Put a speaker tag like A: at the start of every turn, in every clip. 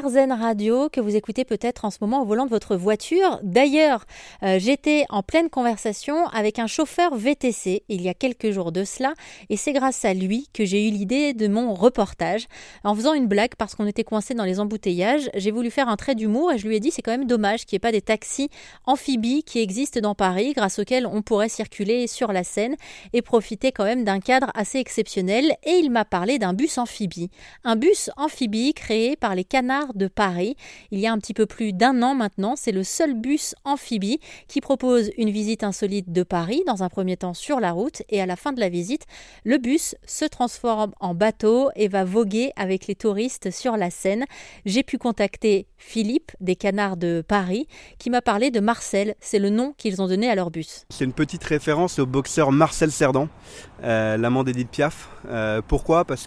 A: RZN Radio que vous écoutez peut-être en ce moment au volant de votre voiture. D'ailleurs, j'étais en pleine conversation avec un chauffeur VTC il y a quelques jours de cela et c'est grâce à lui que j'ai eu l'idée de mon reportage. En faisant une blague parce qu'on était coincé dans les embouteillages, j'ai voulu faire un trait d'humour et je lui ai dit c'est quand même dommage qu'il n'y ait pas des taxis amphibies qui existent dans Paris grâce auxquels on pourrait circuler sur la Seine et profiter quand même d'un cadre assez exceptionnel. Et il m'a parlé d'un bus amphibie. Un bus amphibie créé par les Canards de Paris. Il y a un petit peu plus d'1 an maintenant, c'est le seul bus amphibie qui propose une visite insolite de Paris, dans un premier temps sur la route, et à la fin de la visite, le bus se transforme en bateau et va voguer avec les touristes sur la Seine. J'ai pu contacter Philippe des Canards de Paris qui m'a parlé de Marcel, c'est le nom qu'ils ont donné à leur bus.
B: C'est une petite référence au boxeur Marcel Cerdan, l'amant d'Edith Piaf. Pourquoi ? Parce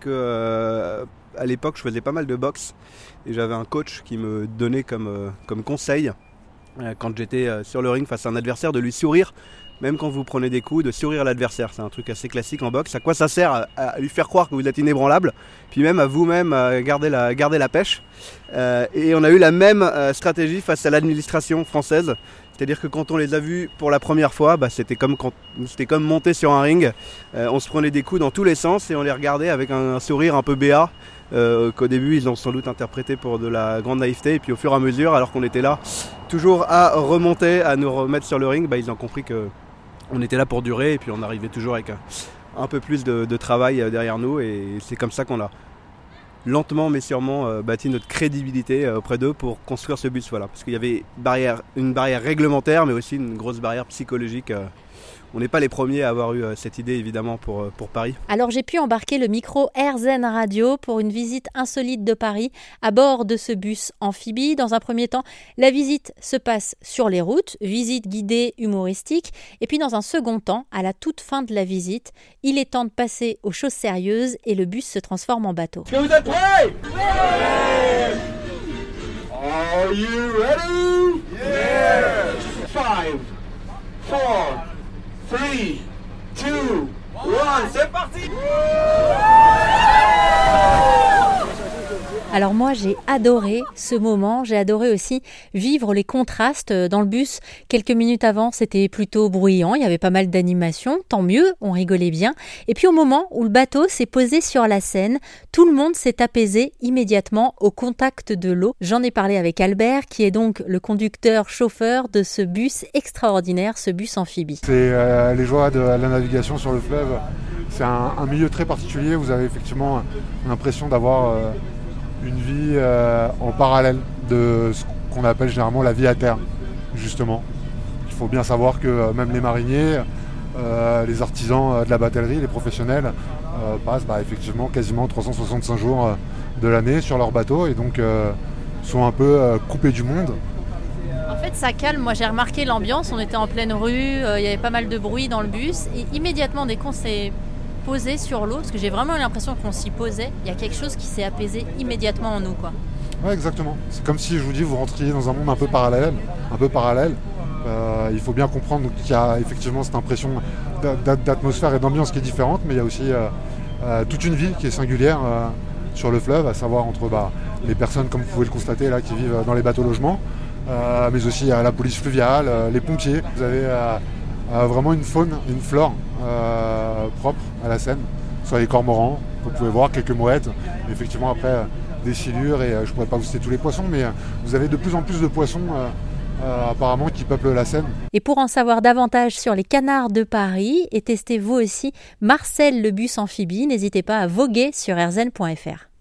B: que à l'époque, je faisais pas mal de boxe et j'avais un coach qui me donnait comme conseil quand j'étais sur le ring face à un adversaire de lui sourire, même quand vous prenez des coups, de sourire à l'adversaire. C'est un truc assez classique en boxe. À quoi ça sert ? À lui faire croire que vous êtes inébranlable, puis même à vous-même garder la pêche. Et on a eu la même stratégie face à l'administration française. C'est-à-dire que quand on les a vus pour la première fois, c'était comme monter sur un ring. On se prenait des coups dans tous les sens et on les regardait avec un sourire un peu béat. Qu'au début ils ont sans doute interprété pour de la grande naïveté, et puis au fur et à mesure, alors qu'on était là toujours à remonter, à nous remettre sur le ring, ils ont compris qu'on était là pour durer, et puis on arrivait toujours avec un peu plus de travail derrière nous, et c'est comme ça qu'on a lentement mais sûrement bâti notre crédibilité auprès d'eux pour construire ce bus, parce qu'il y avait une barrière réglementaire mais aussi une grosse barrière psychologique. On n'est pas les premiers à avoir eu cette idée évidemment pour Paris.
A: Alors j'ai pu embarquer le micro RZN Radio pour une visite insolite de Paris à bord de ce bus amphibie. Dans un premier temps, la visite se passe sur les routes, visite guidée humoristique. Et puis dans un second temps, à la toute fin de la visite, il est temps de passer aux choses sérieuses et le bus se transforme en bateau.
C: Est-ce que vous êtes prêts ? Yeah! Are you ready? Yeah! 5, 4, 3, 2, 1, c'est parti!
A: Alors moi j'ai adoré ce moment, j'ai adoré aussi vivre les contrastes dans le bus. Quelques minutes avant c'était plutôt bruyant, il y avait pas mal d'animation, tant mieux, on rigolait bien. Et puis au moment où le bateau s'est posé sur la Seine, tout le monde s'est apaisé immédiatement au contact de l'eau. J'en ai parlé avec Albert qui est donc le conducteur-chauffeur de ce bus extraordinaire, ce bus amphibie.
D: C'est les joies de la navigation sur le fleuve, c'est un milieu très particulier, vous avez effectivement l'impression d'avoir une vie en parallèle de ce qu'on appelle généralement la vie à terre, justement. Il faut bien savoir que même les mariniers, les artisans de la batellerie, les professionnels, passent effectivement quasiment 365 jours de l'année sur leur bateau et donc sont un peu coupés du monde.
A: En fait, ça calme. Moi, j'ai remarqué l'ambiance. On était en pleine rue, il y avait pas mal de bruit dans le bus et immédiatement, dès qu'on s'est posé sur l'eau, parce que j'ai vraiment eu l'impression qu'on s'y posait, il y a quelque chose qui s'est apaisé immédiatement en nous, quoi.
D: Ouais, exactement. C'est comme si, je vous dis, vous rentriez dans un monde un peu parallèle. Il faut bien comprendre qu'il y a effectivement cette impression d'atmosphère et d'ambiance qui est différente, mais il y a aussi toute une vie qui est singulière sur le fleuve, à savoir entre les personnes, comme vous pouvez le constater là, qui vivent dans les bateaux logements, mais aussi la police fluviale, les pompiers. Vous avez vraiment une faune, une flore propre à la Seine, soit les cormorans, vous pouvez voir quelques mouettes, effectivement après des silures et je pourrais pas vous citer tous les poissons, mais vous avez de plus en plus de poissons apparemment qui peuplent la Seine.
A: Et pour en savoir davantage sur les Canards de Paris et tester vous aussi Marcel le bus amphibie, n'hésitez pas à voguer sur rzn.fr.